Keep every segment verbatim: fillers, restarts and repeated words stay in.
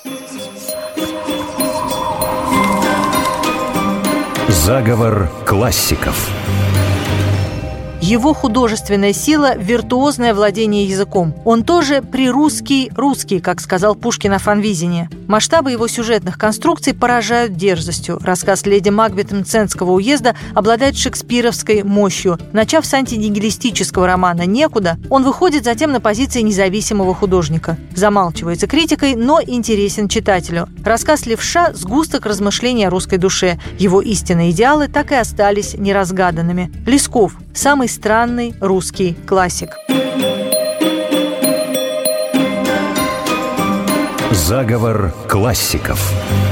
Заговор классиков. Его художественная сила – виртуозное владение языком. Он тоже прирусский русский, как сказал Пушкин о Фанвизине. Масштабы его сюжетных конструкций поражают дерзостью. Рассказ «Леди Макбет» Мценского уезда обладает шекспировской мощью. Начав с антинигилистического романа «Некуда», он выходит затем на позиции независимого художника. Замалчивается критикой, но интересен читателю. Рассказ «Левша» – сгусток размышлений о русской душе. Его истинные идеалы так и остались неразгаданными. Лесков – самый странный русский классик. Заговор классиков.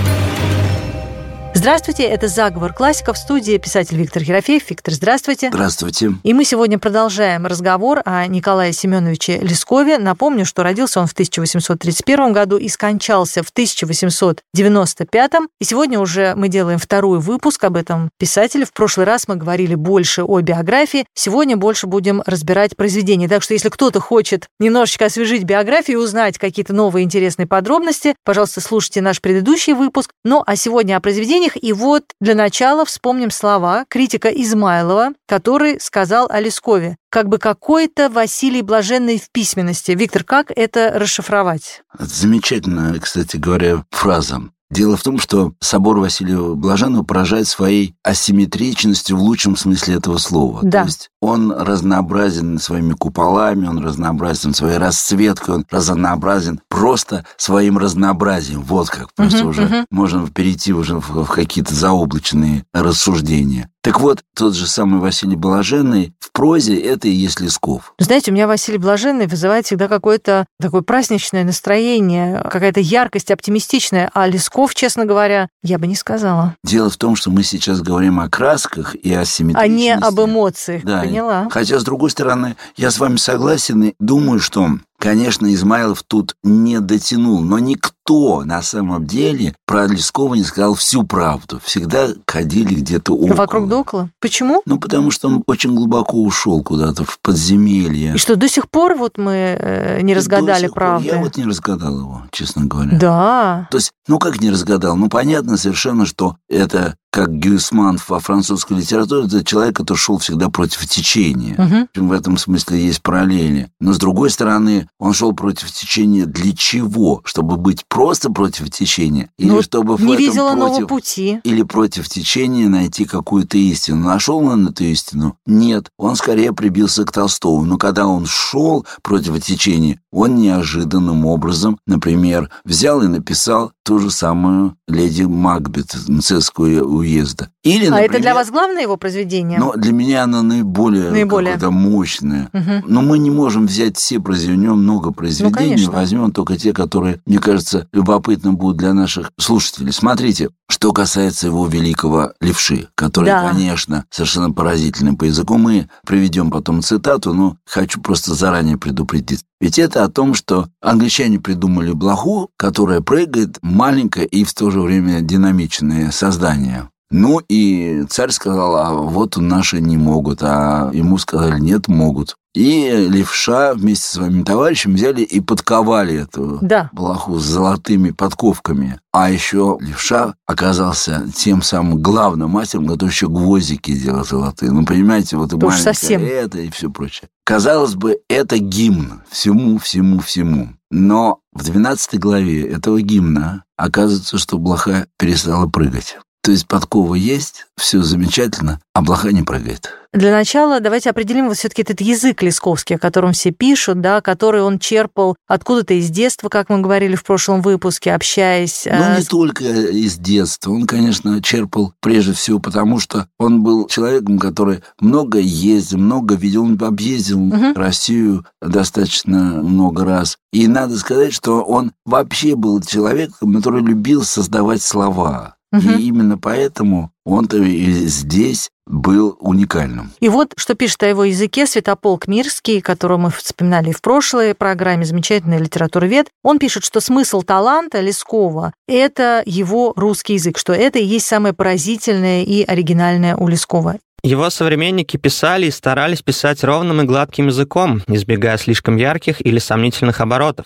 Здравствуйте, это «Заговор классиков», в студии писатель Виктор Ерофеев. Виктор, здравствуйте. Здравствуйте. И мы сегодня продолжаем разговор о Николае Семеновиче Лескове. Напомню, что родился он в тысяча восемьсот тридцать первом году и скончался в тысяча восемьсот девяносто пятом. И сегодня уже мы делаем второй выпуск об этом писателе. В прошлый раз мы говорили больше о биографии, сегодня больше будем разбирать произведения. Так что если кто-то хочет немножечко освежить биографию и узнать какие-то новые интересные подробности, пожалуйста, слушайте наш предыдущий выпуск. Ну, а сегодня о произведениях. И вот для начала вспомним слова критика Измайлова, который сказал о Лескове. Как бы какой-то Василий Блаженный в письменности. Виктор, как это расшифровать? Это замечательная, кстати говоря, фраза. Дело в том, что собор Василия Блаженного поражает своей асимметричностью в лучшем смысле этого слова. Да. То есть он разнообразен своими куполами, он разнообразен своей расцветкой, он разнообразен просто своим разнообразием. Вот как. Просто uh-huh, уже uh-huh. можно перейти уже в, в какие-то заоблачные рассуждения. Так вот, тот же самый Василий Блаженный в прозе — это и есть Лесков. Знаете, у меня Василий Блаженный вызывает всегда какое-то такое праздничное настроение, какая-то яркость оптимистичная, а Лесков, честно говоря, я бы не сказала. Дело в том, что мы сейчас говорим о красках и о симметричности. А не об эмоциях, да. Поняла. Хотя, с другой стороны, я с вами согласен и думаю, что, конечно, Измайлов тут не дотянул, но никто на самом деле про Лескова не сказал всю правду. Всегда ходили где-то около. Вокруг да около? Почему? Ну, потому что он очень глубоко ушел куда-то в подземелье. И что, до сих пор вот мы э, не и разгадали правду? Я вот не разгадал его, честно говоря. Да. То есть, ну как не разгадал? Ну, понятно совершенно, что это... как Гюссман во французской литературе, это человек, который шел всегда против течения. Угу. В этом смысле есть параллели. Но, с другой стороны, он шел против течения для чего? Чтобы быть просто против течения? Или ну, чтобы не в видел этом нового против... пути. Или против течения найти какую-то истину? Нашел он эту истину? Нет. Он скорее прибился к Толстому. Но когда он шел против течения, он неожиданным образом, например, взял и написал ту же самую «Леди Макбет» Мценского уезда. Или, а например, это для вас главное его произведение? Но для меня оно наиболее, наиболее. мощное. Угу. Но мы не можем взять все произведения, много произведений, ну, возьмем только те, которые, мне кажется, любопытны будут для наших слушателей. Смотрите, что касается его великого «Левши», который, да. конечно, совершенно поразительный по языку. Мы приведем потом цитату, но хочу просто заранее предупредить. Ведь это о том, что англичане придумали блоху, которая прыгает, маленькое и в то же время динамичное создание. Ну и царь сказал, а вот наши не могут, а ему сказали, нет, могут. И Левша вместе с своими товарищами взяли и подковали эту да. блоху с золотыми подковками. А еще Левша оказался тем самым главным мастером, который еще гвоздики делал золотые. Ну, понимаете, вот и то маленькое это и все прочее. Казалось бы, это гимн всему, всему, всему. Но в двенадцатой главе этого гимна оказывается, что блоха перестала прыгать. То есть подкова есть, все замечательно, а блоха не прыгает. Для начала давайте определим вот все-таки этот язык лесковский, о котором все пишут, да, который он черпал откуда-то из детства, как мы говорили в прошлом выпуске, общаясь... Ну, не с... только из детства. Он, конечно, черпал прежде всего потому, что он был человеком, который много ездил, много видел. Он объездил угу. Россию достаточно много раз. И надо сказать, что он вообще был человеком, который любил создавать слова. Угу. И именно поэтому он-то и здесь был уникальным. И вот что пишет о его языке Святополк Мирский, которого мы вспоминали в прошлой программе, замечательный литературовед. Он пишет, что смысл таланта Лескова – это его русский язык, что это и есть самое поразительное и оригинальное у Лескова. Его современники писали и старались писать ровным и гладким языком, избегая слишком ярких или сомнительных оборотов.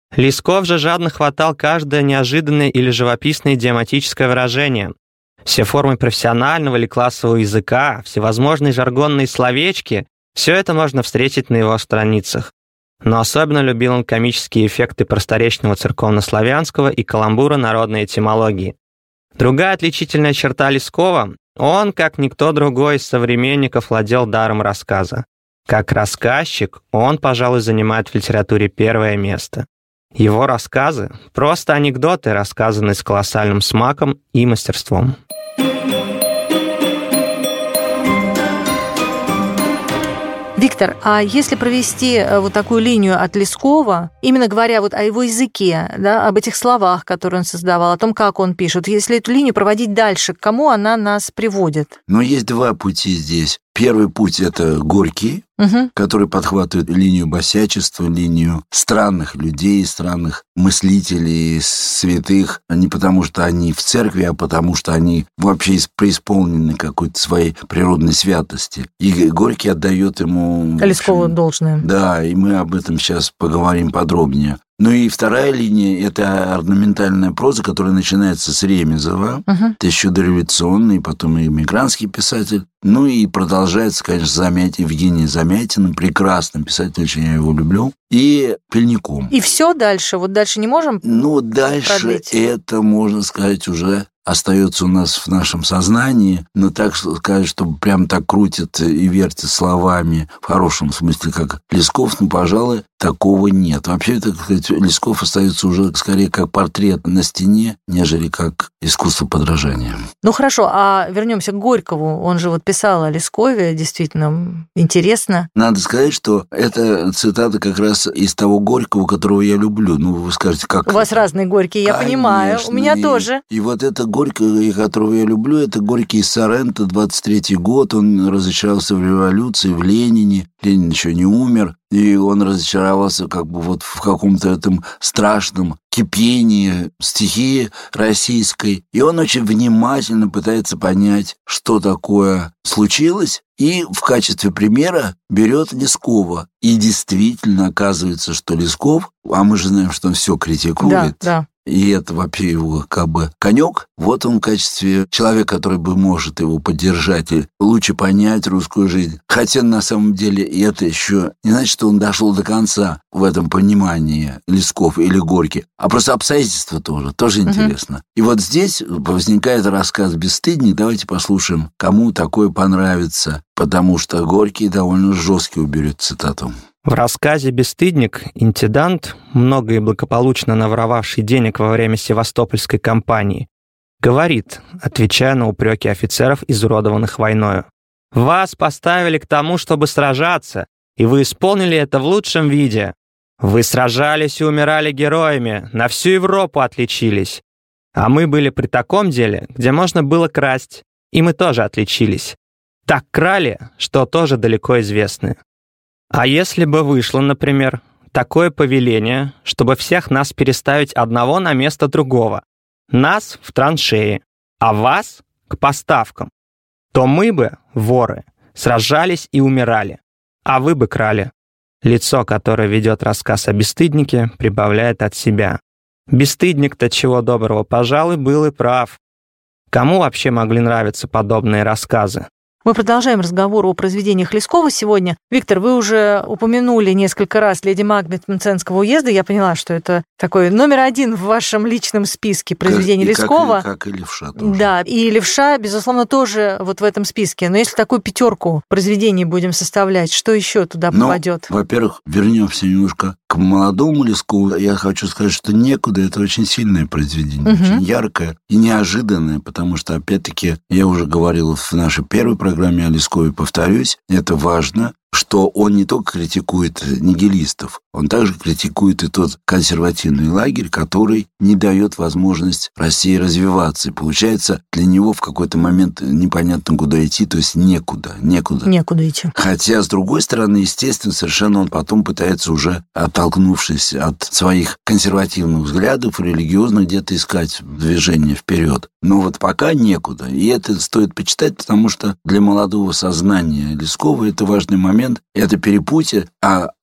Лесков же жадно хватал каждое неожиданное или живописное идиоматическое выражение. Все формы профессионального или классового языка, всевозможные жаргонные словечки — все это можно встретить на его страницах. Но особенно любил он комические эффекты просторечного церковнославянского и каламбура народной этимологии. Другая отличительная черта Лескова — он, как никто другой из современников, владел даром рассказа. Как рассказчик он, пожалуй, занимает в литературе первое место. Его рассказы — просто анекдоты, рассказанные с колоссальным смаком и мастерством. Виктор, а если провести вот такую линию от Лескова, именно говоря вот о его языке, да, об этих словах, которые он создавал, о том, как он пишет, если эту линию проводить дальше, к кому она нас приводит? Но есть два пути здесь. Первый путь — это Горький, угу. который подхватывает линию босячества, линию странных людей, странных мыслителей, святых, не потому что они в церкви, а потому что они вообще преисполнены какой-то своей природной святости. И Горький отдает ему... Лескову должное. Да, и мы об этом сейчас поговорим подробнее. Ну и вторая линия — это орнаментальная проза, которая начинается с Ремезова. Uh-huh. Это еще дореволюционный, потом и эмигрантский писатель. Ну и продолжается, конечно, Замятин, Евгений Замятин, прекрасным писателем, очень я его люблю, и Пельником. И все дальше? Вот дальше не можем Ну, дальше продлить? Это, можно сказать, уже остается у нас в нашем сознании, но так сказать, чтобы прям так крутит и вертит словами, в хорошем смысле, как Лесков, ну, пожалуй, такого нет. Вообще, так сказать, Лесков остается уже скорее как портрет на стене, нежели как искусство подражания. Ну, хорошо, а вернемся к Горькову. Он же вот писал о Лескове, действительно интересно. Надо сказать, что это цитата как раз из того Горького, которого я люблю. Ну, вы скажете, как... У вас разные Горькие, я Конечно, понимаю. У меня и, тоже. И вот это Горький, которого я люблю, это Горький из Соренто, двадцать третий год. Он разочаровался в революции, в Ленине. Ленин еще не умер. И он разочаровался как бы вот в каком-то этом страшном кипении стихии российской. И он очень внимательно пытается понять, что такое случилось. И в качестве примера берет Лескова. И действительно оказывается, что Лесков, а мы же знаем, что он все критикует, да, да. и это вообще его как бы конек, вот он в качестве человека, который бы может его поддержать и лучше понять русскую жизнь. Хотя на самом деле это еще не значит, что он дошел до конца в этом понимании, Лесков или Горький, а просто обстоятельства тоже, тоже угу. интересно. И вот здесь возникает рассказ «Бесстыдник». Давайте послушаем, кому такое понравится, потому что Горький довольно жесткий уберет цитату. В рассказе «Бесстыдник» интендант, много и благополучно наворовавший денег во время Севастопольской кампании, говорит, отвечая на упреки офицеров, изуродованных войною: «Вас поставили к тому, чтобы сражаться, и вы исполнили это в лучшем виде. Вы сражались и умирали героями, на всю Европу отличились. А мы были при таком деле, где можно было красть, и мы тоже отличились. Так крали, что тоже далеко известны. А если бы вышло, например, такое повеление, чтобы всех нас переставить одного на место другого, нас в траншеи, а вас к поставкам, то мы бы, воры, сражались и умирали, а вы бы крали». Лицо, которое ведет рассказ о бесстыднике, прибавляет от себя: «Бесстыдник-то чего доброго, пожалуй, был и прав». Кому вообще могли нравиться подобные рассказы? Мы продолжаем разговор о произведениях Лескова сегодня. Виктор, вы уже упомянули несколько раз «Леди Макбет» Мценского уезда. Я поняла, что это такой номер один в вашем личном списке произведений как, Лескова. И как, как и «Левша» тоже. Да, и «Левша», безусловно, тоже вот в этом списке. Но если такую пятерку произведений будем составлять, что еще туда Но, попадет? Во-первых, вернемся немножко к молодому Лескову. Я хочу сказать, что «Некуда» — это очень сильное произведение, угу. очень яркое и неожиданное, потому что, опять-таки, я уже говорил в нашей первой программе о Лескове, повторюсь, это важно, что он не только критикует нигилистов, он также критикует и тот консервативный лагерь, который не дает возможность России развиваться. И получается, для него в какой-то момент непонятно, куда идти, то есть некуда, некуда. Некуда идти. Хотя, с другой стороны, естественно, совершенно он потом пытается уже, оттолкнувшись от своих консервативных взглядов, религиозных, где-то искать движение вперед. Но вот пока некуда. И это стоит почитать, потому что для молодого сознания Лескова это важный момент. Это перепутье, а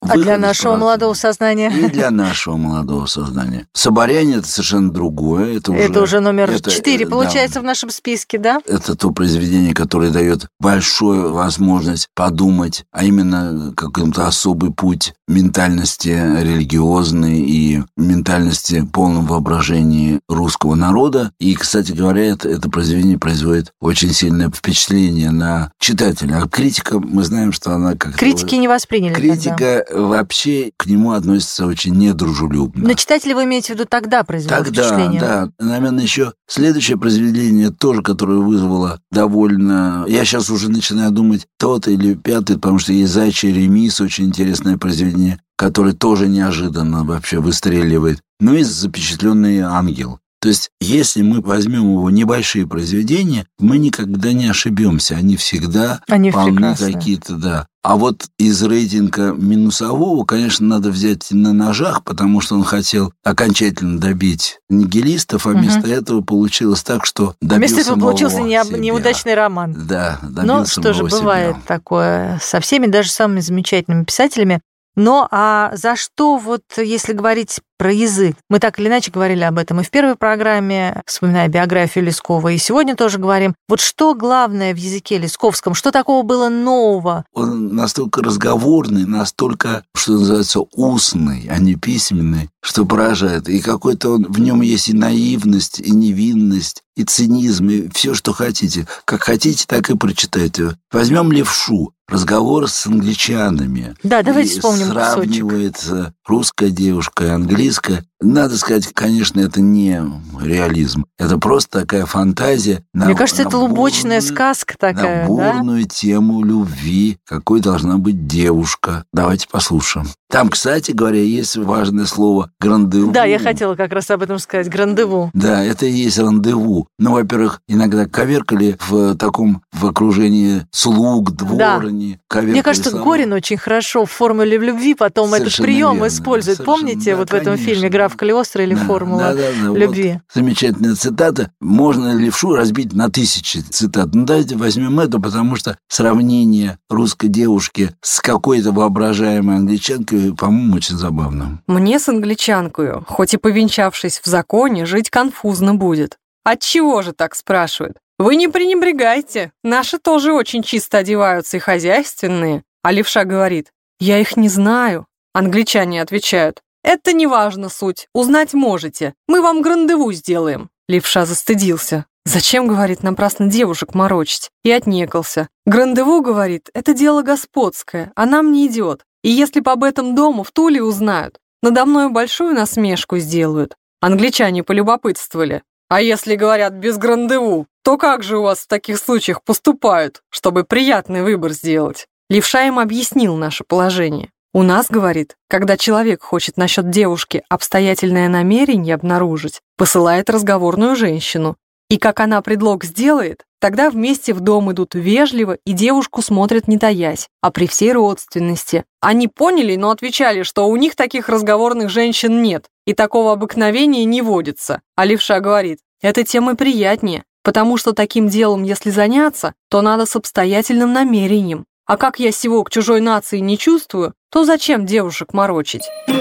А для нашего молодого сознания? И для нашего молодого сознания. «Соборяне» — это совершенно другое. Это, это уже, уже номер четыре, получается, да, в нашем списке, да? Это то произведение, которое дает большую возможность подумать, а именно какой-то особый путь ментальности религиозной и ментальности полном воображении русского народа. И, кстати говоря, это, это произведение производит очень сильное впечатление на читателя. А критика, мы знаем, что она как-то... Критики не восприняли Критика тогда. Вообще к нему относится очень недружелюбно. Но читатели, вы имеете в виду, тогда произвело тогда, впечатление? Да, да. Наверное, еще следующее произведение тоже, которое вызвало довольно... Я сейчас уже начинаю думать, тот или пятый, потому что есть «Заячий ремис», очень интересное произведение, которое тоже неожиданно вообще выстреливает. Ну и «Запечатленный ангел». То есть, если мы возьмем его небольшие произведения, мы никогда не ошибемся. Они всегда Они полны какие-то, да. А вот из рейтинга минусового, конечно, надо взять на ножах, потому что он хотел окончательно добить нигилистов, а вместо угу. этого получилось так, что добился Вместо этого получился не, себя. неудачный роман. Да, добился Но что же, бывает себя. Такое со всеми, даже самыми замечательными писателями. Но а за что, вот если говорить про язык? Мы так или иначе говорили об этом и в первой программе, вспоминая биографию Лескова, и сегодня тоже говорим. Вот что главное в языке лесковском? Что такого было нового? Он настолько разговорный, настолько, что называется, устный, а не письменный, что поражает. И какой-то он, в нем есть и наивность, и невинность, и цинизм, и все, что хотите. Как хотите, так и прочитайте. Возьмем «Левшу». Разговор с англичанами. Да, давайте и вспомним сравнивается кусочек. Русская девушка и английская. Надо сказать, конечно, это не реализм. Это просто такая фантазия. Мне на, кажется, на это лубочная бурную, сказка такая, на бурную да? тему любви. Какой должна быть девушка. Давайте послушаем. Там, кстати говоря, есть важное слово «грандеву». Да, я хотела как раз об этом сказать. Грандеву. Да, это и есть рандеву. Ну, во-первых, иногда коверкали в таком, в окружении слуг, дворни. Да. Мне кажется, слова. Горин очень хорошо в «Формуле любви» потом совершенно этот прием верно. Использует. Совершенно, Помните, да, вот конечно. В этом фильме «Граф Калиостро» или да, «Формула да, да, да. любви»? Вот замечательная цитата. Можно левшу разбить на тысячи цитат. Ну, давайте возьмем это, потому что сравнение русской девушки с какой-то воображаемой англичанкой, по-моему, очень забавно. Мне с англичанкою, хоть и повенчавшись в законе, жить конфузно будет. Отчего же так, спрашивают? Вы не пренебрегайте. Наши тоже очень чисто одеваются и хозяйственные. А левша говорит, я их не знаю. Англичане отвечают, это не важно суть, узнать можете. Мы вам грандеву сделаем. Левша застыдился. Зачем, говорит, напрасно девушек морочить? И отнекался. Грандеву, говорит, это дело господское, а нам не идет. И если по об этом дому в Туле узнают, надо мною большую насмешку сделают. Англичане полюбопытствовали. А если говорят без грандеву, то как же у вас в таких случаях поступают, чтобы приятный выбор сделать? Левша им объяснил наше положение. У нас, говорит, когда человек хочет насчет девушки обстоятельное намерение обнаружить, посылает разговорную женщину. И как она предлог сделает, тогда вместе в дом идут вежливо и девушку смотрят не таясь, а при всей родственности. Они поняли, но отвечали, что у них таких разговорных женщин нет, и такого обыкновения не водится. А левша говорит, это тем и приятнее, потому что таким делом, если заняться, то надо с обстоятельным намерением. А как я сего к чужой нации не чувствую, то зачем девушек морочить?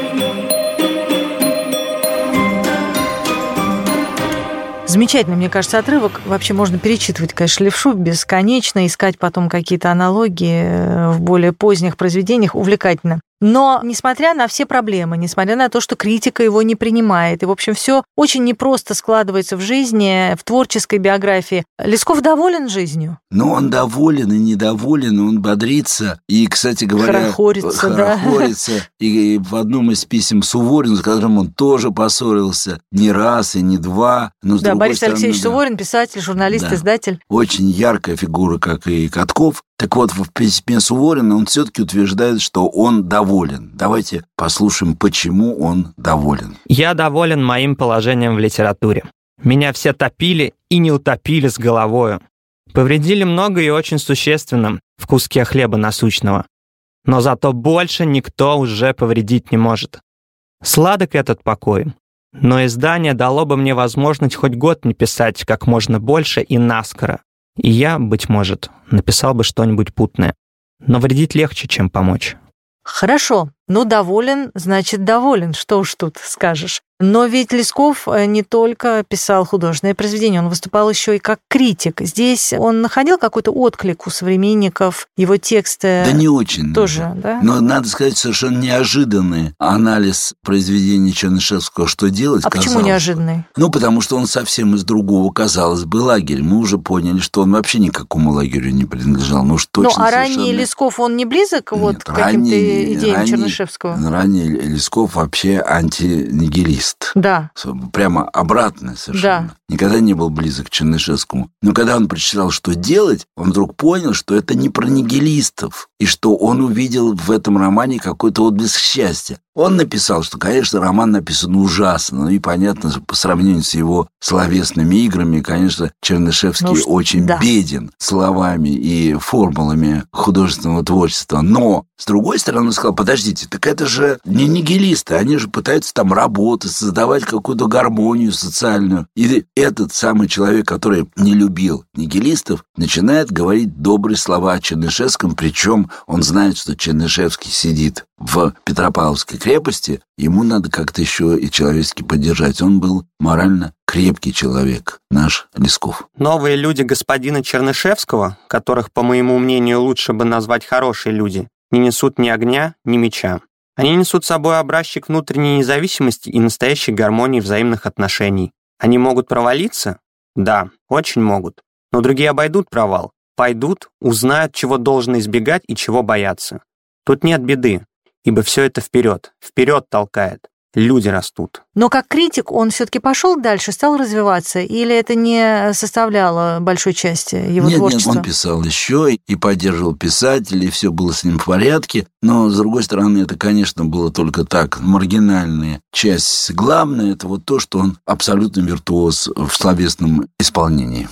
Замечательный, мне кажется, отрывок. Вообще можно перечитывать, конечно, левшу бесконечно, искать потом какие-то аналогии в более поздних произведениях. Увлекательно. Но, несмотря на все проблемы, несмотря на то, что критика его не принимает, и, в общем, все очень непросто складывается в жизни, в творческой биографии, Лесков доволен жизнью? Ну, он доволен и недоволен, он бодрится. И, кстати говоря... Хорохорится, да. Хорохорится. И в одном из писем Суворину, с которым он тоже поссорился не раз и не два. Но, да, Борис стороны, Алексеевич да. Суворин, писатель, журналист, да. издатель. Очень яркая фигура, как и Катков. Так вот, в письме Суворина он все-таки утверждает, что он доволен. Давайте послушаем, почему он доволен. Я доволен моим положением в литературе. Меня все топили и не утопили с головою. Повредили много и очень существенно в куске хлеба насущного. Но зато больше никто уже повредить не может. Сладок этот покой. Но издание дало бы мне возможность хоть год не писать как можно больше и наскоро. И я, быть может, написал бы что-нибудь путное. Но вредить легче, чем помочь. Хорошо. Ну, доволен, значит, доволен, что уж тут скажешь. Но ведь Лесков не только писал художественные произведения, он выступал еще и как критик. Здесь он находил какой-то отклик у современников, его тексты... Да не очень. Тоже, да? Но, надо сказать, совершенно неожиданный анализ произведений Чернышевского «Что делать?». А почему неожиданный? Ну, потому что он совсем из другого, казалось бы, лагеря. Мы уже поняли, что он вообще никакому лагерю не принадлежал. Ну, уж точно. Ну, а совершенно... ранний Лесков, он не близок Нет, вот, к каким-то ранний, идеям ранний, Чернышевского? Ранний Лесков вообще антинигилист. Да. Прямо обратно совершенно. Да. Никогда не был близок к Чернышевскому. Но когда он прочитал «Что делать?», он вдруг понял, что это не про нигилистов, и что он увидел в этом романе какой-то отблеск счастья. Он написал, что, конечно, роман написан ужасно, ну и, понятно, по сравнению с его словесными играми, конечно, Чернышевский ну, очень да. беден словами и формулами художественного творчества. Но, с другой стороны, он сказал, подождите, так это же не нигилисты, они же пытаются там работать, создавать какую-то гармонию социальную. И этот самый человек, который не любил нигилистов, начинает говорить добрые слова о Чернышевском, причем он знает, что Чернышевский сидит в Петропавловской крепости, ему надо как-то еще и человечески поддержать. Он был морально крепкий человек, наш Лесков. Новые люди господина Чернышевского, которых, по моему мнению, лучше бы назвать хорошие люди, не несут ни огня, ни меча. Они несут с собой образчик внутренней независимости и настоящей гармонии взаимных отношений. Они могут провалиться? Да, очень могут. Но другие обойдут провал, пойдут, узнают, чего должно избегать и чего бояться. Тут нет беды, ибо все это вперед, вперед толкает. Люди растут. Но как критик он все-таки пошел дальше, стал развиваться, или это не составляло большой части его нет, творчества? Нет, он писал еще и поддерживал писателей, и все было с ним в порядке. Но, с другой стороны, это, конечно, было только так, маргинальная часть. Главное, это вот то, что он абсолютно виртуоз в словесном исполнении.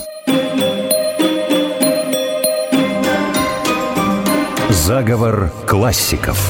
Заговор классиков.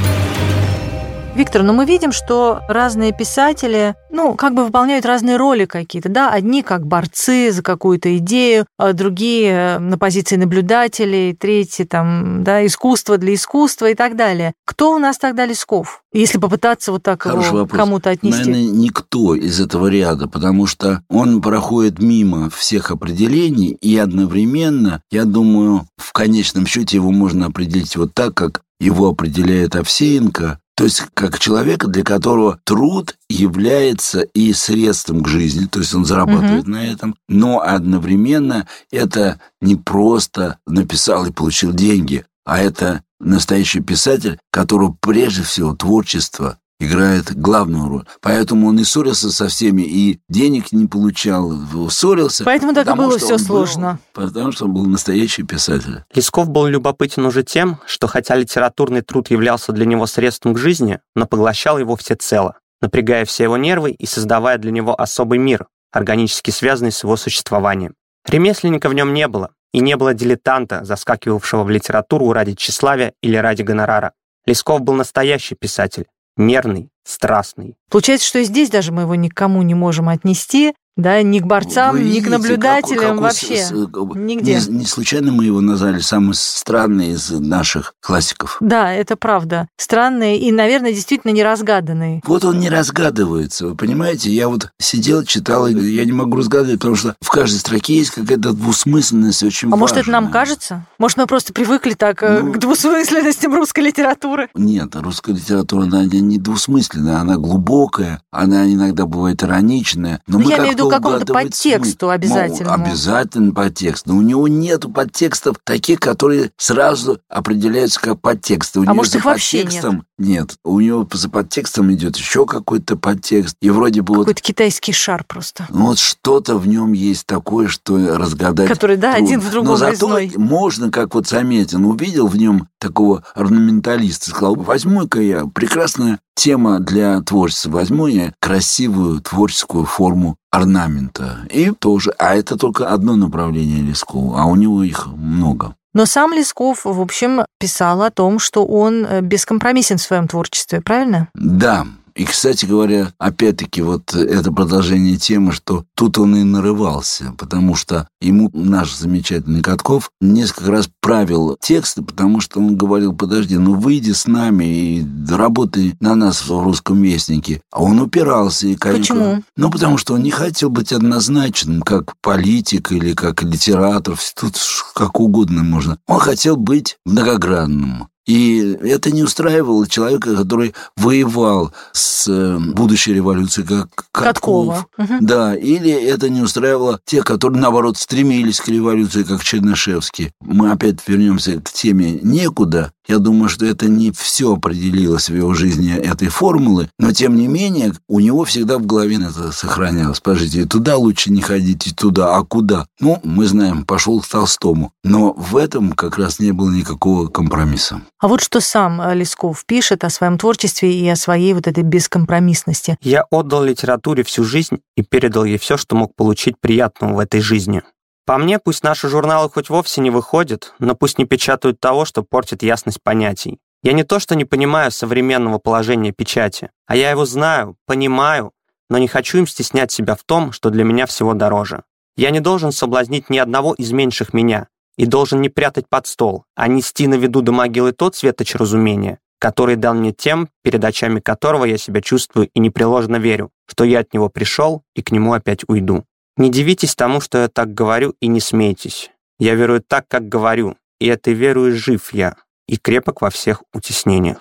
Виктор, но мы видим, что разные писатели, ну, как бы выполняют разные роли какие-то, да, одни как борцы за какую-то идею, а другие на позиции наблюдателей, третьи там, да, искусство для искусства и так далее. Кто у нас тогда Лесков? Если попытаться вот так Хороший его вопрос. Кому-то отнести. Наверное, никто из этого ряда, потому что он проходит мимо всех определений, и одновременно, я думаю, в конечном счете его можно определить вот так, как его определяет Овсеенко, то есть как человека, для которого труд является и средством к жизни, то есть он зарабатывает угу. на этом, но одновременно это не просто написал и получил деньги, а это настоящий писатель, которого прежде всего творчество играет главную роль. Поэтому он и ссорился со всеми, и денег не получал, ссорился. Поэтому так и было все сложно. Был, потому что он был настоящий писатель. Лесков был любопытен уже тем, что хотя литературный труд являлся для него средством к жизни, но поглощал его всецело, напрягая все его нервы и создавая для него особый мир, органически связанный с его существованием. Ремесленника в нем не было, и не было дилетанта, заскакивавшего в литературу ради тщеславия или ради гонорара. Лесков был настоящий писатель, нервный, страстный. Получается, что и здесь даже мы его никому не можем отнести, да, ни к борцам, Вы ни видите, к наблюдателям, какой, вообще какой, нигде. Не, не случайно мы его назвали самым странным из наших классиков. Да, это правда. Странный и, наверное, действительно неразгаданный. Вот он не разгадывается, вы понимаете? Я вот сидел, читал, и я не могу разгадывать, потому что в каждой строке есть какая-то двусмысленность очень а важная. А может, это нам кажется? Может, мы просто привыкли так ну, к двусмысленностям русской литературы? Нет, русская литература, она не двусмысленная, она глубокая, она иногда бывает ироничная. Но, но мы я имею в виду какому-то подтексту смысл. обязательно. Ну, обязательно подтекст. Но у него нету подтекстов таких, которые сразу определяются как подтексты. У а него может, за их вообще подтекстом нет? Нет. У него за подтекстом идет еще какой-то подтекст. И вроде бы какой-то вот... китайский шар просто. Ну, вот что-то в нем есть такое, что разгадать который, да, трудно. один в другом Но зато резной. можно, как вот Заметин увидел в нем такого орнаменталиста, сказал, возьму-ка я, прекрасная тема для творчества, возьму я красивую творческую форму орнамента. И тоже, а это только одно направление Лескова, а у него их много. Но сам Лесков, в общем, писал о том, что он бескомпромиссен в своем творчестве, правильно? Да, И, кстати говоря, опять-таки, вот это продолжение темы, что тут он и нарывался, потому что ему наш замечательный Катков несколько раз правил тексты, потому что он говорил: подожди, ну выйди с нами и работай на нас в «Русском вестнике». А он упирался. И, конечно, почему? Ну, потому что он не хотел быть однозначным, как политик или как литератор. Тут как угодно можно. Он хотел быть многогранным. И это не устраивало человека, который воевал с будущей революцией, как Катков. Угу. Да, или это не устраивало тех, которые, наоборот, стремились к революции, как Чернышевский. Мы опять вернемся к теме «некуда». Я думаю, что это не все определилось в его жизни этой формулы, но, тем не менее, у него всегда в голове это сохранялось. Скажите, туда лучше не ходите, туда, а куда? Ну, мы знаем, пошел к Толстому. Но в этом как раз не было никакого компромисса. А вот что сам Лесков пишет о своем творчестве и о своей вот этой бескомпромиссности. «Я отдал литературе всю жизнь и передал ей все, что мог получить приятного в этой жизни. По мне, пусть наши журналы хоть вовсе не выходят, но пусть не печатают того, что портит ясность понятий. Я не то что не понимаю современного положения печати, а я его знаю, понимаю, но не хочу им стеснять себя в том, что для меня всего дороже. Я не должен соблазнить ни одного из меньших меня и должен не прятать под стол, а нести на виду до могилы тот светоч разумения, который дал мне тем, перед очами которого я себя чувствую и непреложно верю, что я от него пришел и к нему опять уйду. Не дивитесь тому, что я так говорю, и не смейтесь. Я верую так, как говорю, и этой верою жив я, и крепок во всех утеснениях».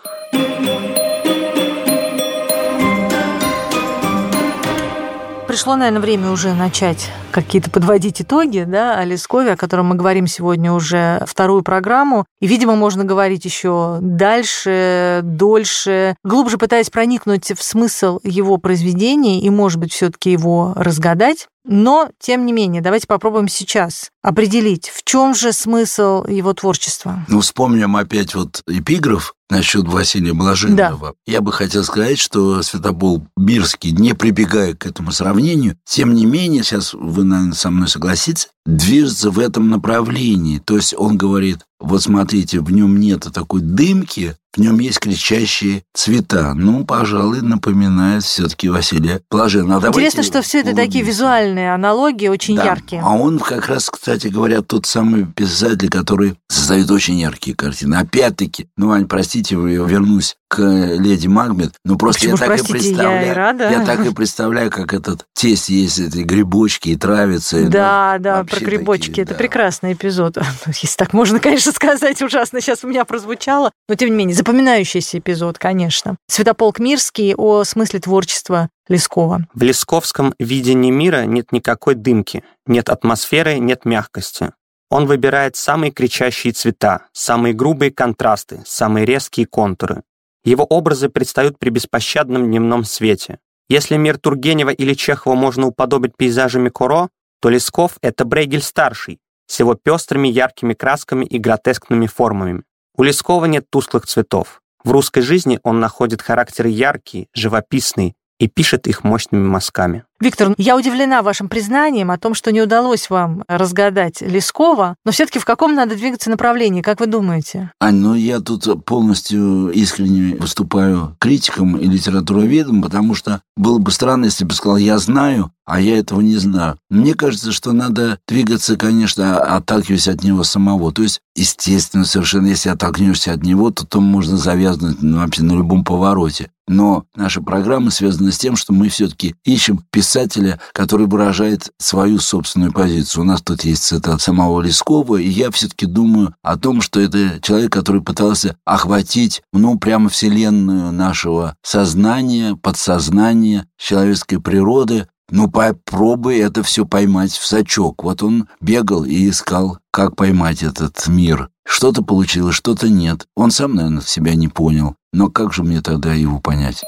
Пришло, наверное, время уже начать какие-то подводить итоги, да, о Лескове, о котором мы говорим сегодня уже вторую программу. И, видимо, можно говорить еще дальше, дольше, глубже пытаясь проникнуть в смысл его произведений и, может быть, все-таки его разгадать. Но, тем не менее, давайте попробуем сейчас определить, в чем же смысл его творчества. Ну, вспомним опять вот эпиграф насчет Василия Блаженного. Да. Я бы хотел сказать, что Святополк Мирский, не прибегая к этому сравнению, тем не менее, сейчас вы, наверное, со мной согласитесь, движется в этом направлении. То есть он говорит: вот смотрите, в нем нет такой дымки, в нем есть кричащие цвета. Ну, пожалуй, напоминает все-таки Василия Блаженного. Интересно, что все это такие визуальные аналогии, очень да. яркие. А он как раз, кстати говоря, тот самый писатель, который создает очень яркие картины. Опять-таки, ну, Ань, простите, я вернусь к «Леди Макбет», но просто Почему я так простите, и представляю, я, и рада. я так и представляю, как этот тесть есть, эти грибочки и травицы. Да, да, про грибочки. Такие, это да. прекрасный эпизод. Если так можно, конечно, сказать, ужасно сейчас у меня прозвучало. Но, тем не менее, запоминающийся эпизод, конечно. Святополк Мирский о смысле творчества Лескова. В лесковском видении мира нет никакой дымки, нет атмосферы, нет мягкости. Он выбирает самые кричащие цвета, самые грубые контрасты, самые резкие контуры. Его образы предстают при беспощадном дневном свете. Если мир Тургенева или Чехова можно уподобить пейзажами Коро, то Лесков — это Брейгель-старший, с его пестрыми яркими красками и гротескными формами. У Лескова нет тусклых цветов. В русской жизни он находит характеры яркие, живописные и пишет их мощными мазками. Виктор, я удивлена вашим признанием о том, что не удалось вам разгадать Лескова, но все-таки в каком надо двигаться направлении, как вы думаете? Ань, ну я тут полностью искренне выступаю критиком и литературоведом, потому что было бы странно, если бы сказал: я знаю, а я этого не знаю. Мне кажется, что надо двигаться, конечно, отталкиваясь от него самого. То есть, естественно, совершенно, если оттолкнешься от него, то там можно завязнуть ну, вообще на любом повороте. Но наша программа связана с тем, что мы все-таки ищем писателя, который выражает свою собственную позицию. У нас тут есть цитата самого Лескова, и я все-таки думаю о том, что это человек, который пытался охватить, ну, прямо вселенную нашего сознания, подсознания, человеческой природы. Ну, попробуй это все поймать в сачок. Вот он бегал и искал, как поймать этот мир. Что-то получилось, что-то нет. Он сам, наверное, себя не понял. Но как же мне тогда его понять?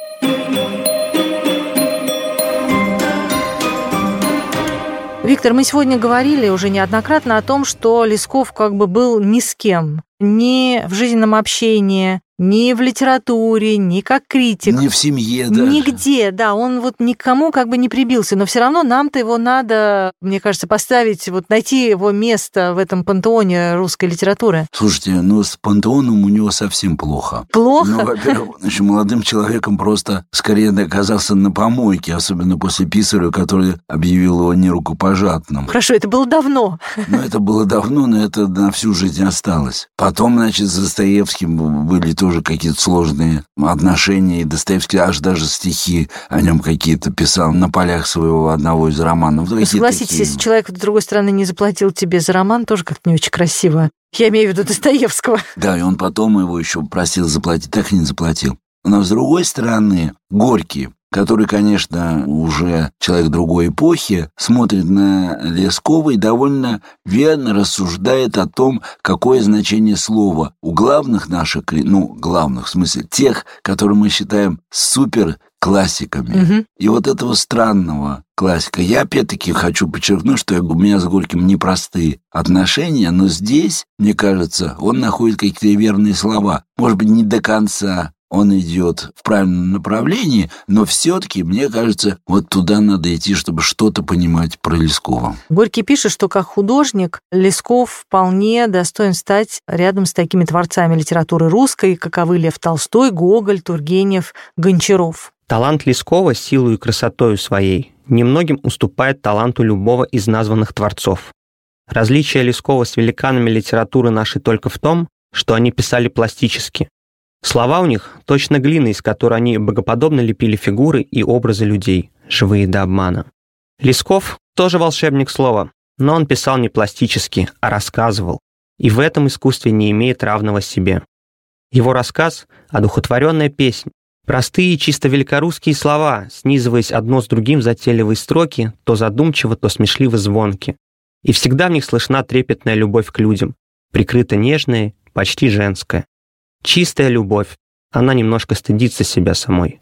Виктор, мы сегодня говорили уже неоднократно о том, что Лесков как бы был ни с кем. Ни в жизненном общении, ни в литературе, ни как критик. Ни в семье даже. Нигде, да. Он вот никому как бы не прибился. Но все равно нам-то его надо, мне кажется, поставить, вот найти его место в этом пантеоне русской литературы. Слушайте, ну с пантеоном у него совсем плохо. Плохо? Ну, во-первых, он еще молодым человеком просто скорее оказался на помойке, особенно после Писаря, который объявил его нерукопожатным. Хорошо, это было давно. Ну, это было давно, но это на всю жизнь осталось. Потом, значит, с Достоевским были тоже какие-то сложные отношения, и Достоевский аж даже стихи о нем какие-то писал на полях своего одного из романов. Ну, согласитесь, такие... если человек, с другой стороны, не заплатил тебе за роман, тоже как-то не очень красиво. Я имею в виду Достоевского. Да, и он потом его еще просил заплатить, так и не заплатил. Но, с другой стороны, Горький, который, конечно, уже человек другой эпохи, смотрит на Лескова и довольно верно рассуждает о том, какое значение слова у главных наших, ну, главных, в смысле, тех, которые мы считаем супер классиками. Угу. И вот этого странного классика. Я опять-таки хочу подчеркнуть, что у меня с Горьким непростые отношения, но здесь, мне кажется, он находит какие-то верные слова. Может быть, не до конца он идет в правильном направлении, но все-таки, мне кажется, вот туда надо идти, чтобы что-то понимать про Лескова. Горький пишет, что как художник Лесков вполне достоин стать рядом с такими творцами литературы русской, каковы Лев Толстой, Гоголь, Тургенев, Гончаров. Талант Лескова силой и красотою своей немногим уступает таланту любого из названных творцов. Различие Лескова с великанами литературы нашей только в том, что они писали пластически. Слова у них точно глина, из которой они богоподобно лепили фигуры и образы людей, живые до обмана. Лесков тоже волшебник слова, но он писал не пластически, а рассказывал, и в этом искусстве не имеет равного себе. Его рассказ — одухотворенная песня, простые чисто великорусские слова, снизываясь одно с другим в затейливые строки, то задумчиво, то смешливо звонки. И всегда в них слышна трепетная любовь к людям, прикрыта нежная, почти женская. Чистая любовь. Она немножко стыдится себя самой.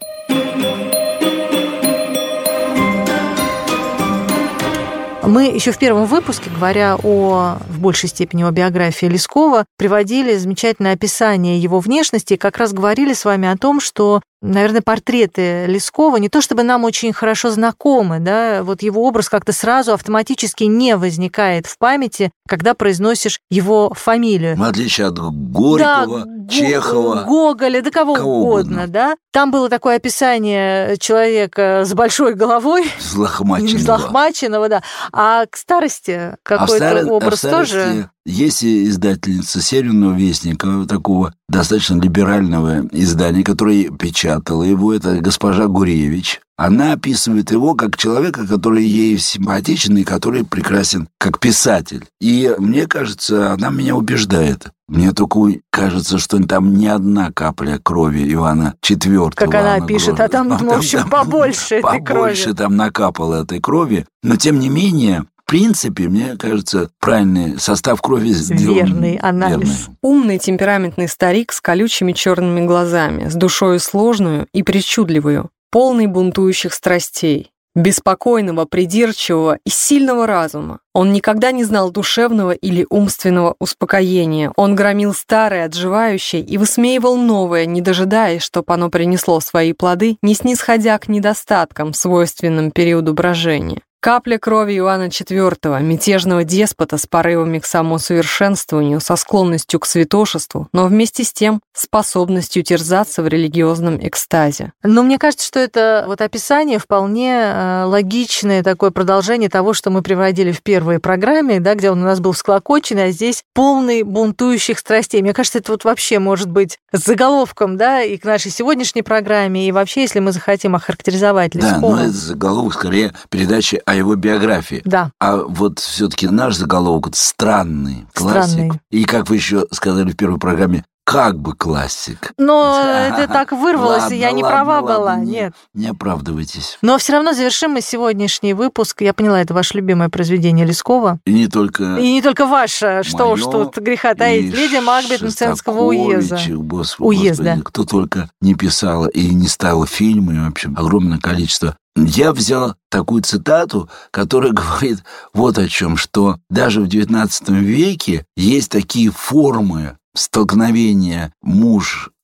Мы еще в первом выпуске, говоря о, в большей степени о биографии Лескова, приводили замечательное описание его внешности и как раз говорили с вами о том, что, наверное, портреты Лескова не то чтобы нам очень хорошо знакомы, да, вот его образ как-то сразу автоматически не возникает в памяти, когда произносишь его фамилию. В отличие от Горького, да, Чехова, Гоголя, да кого, кого угодно, угодно, да. Там было такое описание человека с большой головой. Взлохмаченного. Взлохмаченного, да. А к старости какой-то а стар... образ а старости... тоже... Есть издательница «Северного вестника», такого достаточно либерального издания, которое печатало его, это госпожа Гуревич. Она описывает его как человека, который ей симпатичен и который прекрасен как писатель. И мне кажется, она меня убеждает. Мне только кажется, что там не одна капля крови Ивана четвёртого. Как она пишет, крови. А там, в общем, побольше этой крови. Побольше там накапало этой крови. Но, тем не менее... В принципе, мне кажется, правильный состав крови сделан. Верный анализ. Верный. Умный темпераментный старик с колючими черными глазами, с душою сложную и причудливую, полный бунтующих страстей, беспокойного, придирчивого и сильного разума. Он никогда не знал душевного или умственного успокоения. Он громил старое, отживающее, и высмеивал новое, не дожидаясь, чтоб оно принесло свои плоды, не снисходя к недостаткам, свойственным периоду брожения. Капля крови Иоанна четвёртого, мятежного деспота с порывами к самоусовершенствованию, со склонностью к святошеству, но вместе с тем способностью терзаться в религиозном экстазе. Но мне кажется, что это вот описание вполне логичное такое продолжение того, что мы приводили в первой программе, да, где он у нас был всклокоченный, а здесь полный бунтующих страстей. Мне кажется, это вот вообще может быть заголовком, да, и к нашей сегодняшней программе, и вообще, если мы захотим охарактеризовать Лескова. Да, но это заголовок скорее передачи о его биографии. Да. А вот все-таки наш заголовок – странный классик. Странный. И, как вы еще сказали в первой программе, как бы классик. Но это так вырвалось, ладно, я не ладно, права ладно, была, не, нет. Не оправдывайтесь. Но все равно завершим мы сегодняшний выпуск. Я поняла, это ваше любимое произведение Лескова. И не только... И не только ваше, что уж тут греха таить. Леди Макбет Мценского уезда. Господи, уезда. Господи, кто только не писала и не ставила фильмы, в общем, огромное количество. Я взял такую цитату, которая говорит вот о чем, что даже в девятнадцатом веке есть такие формы столкновения муж,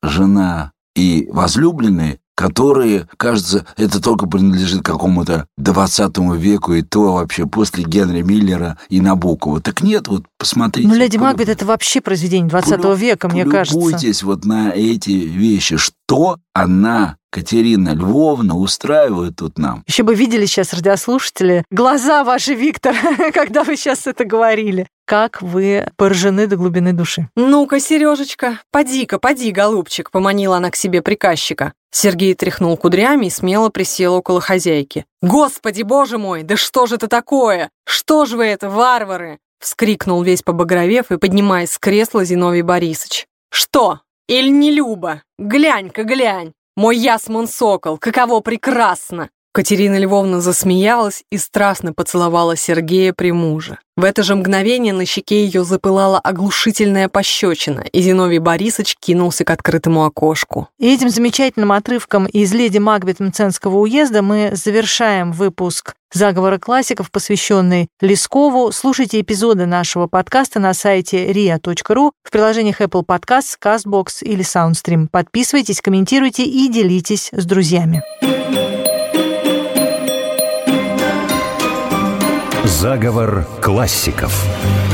жена и возлюбленные, которые, кажется, это только принадлежит какому-то двадцатому веку, и то вообще после Генри Миллера и Набокова. Так нет, вот посмотрите. Ну, «Леди Макбет» — это вообще произведение двадцатого века, мне кажется. Полюбуйтесь вот на эти вещи. Что она, Катерина Львовна, устраивает тут нам? Еще бы видели сейчас радиослушатели глаза ваши, Виктор, когда вы сейчас это говорили. Как вы поражены до глубины души. «Ну-ка, Сережечка, поди-ка, поди, голубчик», — поманила она к себе приказчика. Сергей тряхнул кудрями и смело присел около хозяйки. «Господи, боже мой, да что же это такое? Что же вы это, варвары?» — вскрикнул весь побагровев и поднимаясь с кресла Зиновий Борисович. «Что? Иль не Люба? Глянь-ка, глянь! Мой ясмон сокол, каково прекрасно!» Катерина Львовна засмеялась и страстно поцеловала Сергея при муже. В это же мгновение на щеке ее запылала оглушительная пощечина, и Зиновий Борисович кинулся к открытому окошку. И этим замечательным отрывком из «Леди Макбет» Мценского уезда мы завершаем выпуск «Заговора классиков», посвященный Лескову. Слушайте эпизоды нашего подкаста на сайте риа точка ру, в приложениях Apple Podcasts, CastBox или SoundStream. Подписывайтесь, комментируйте и делитесь с друзьями. Заговор классиков.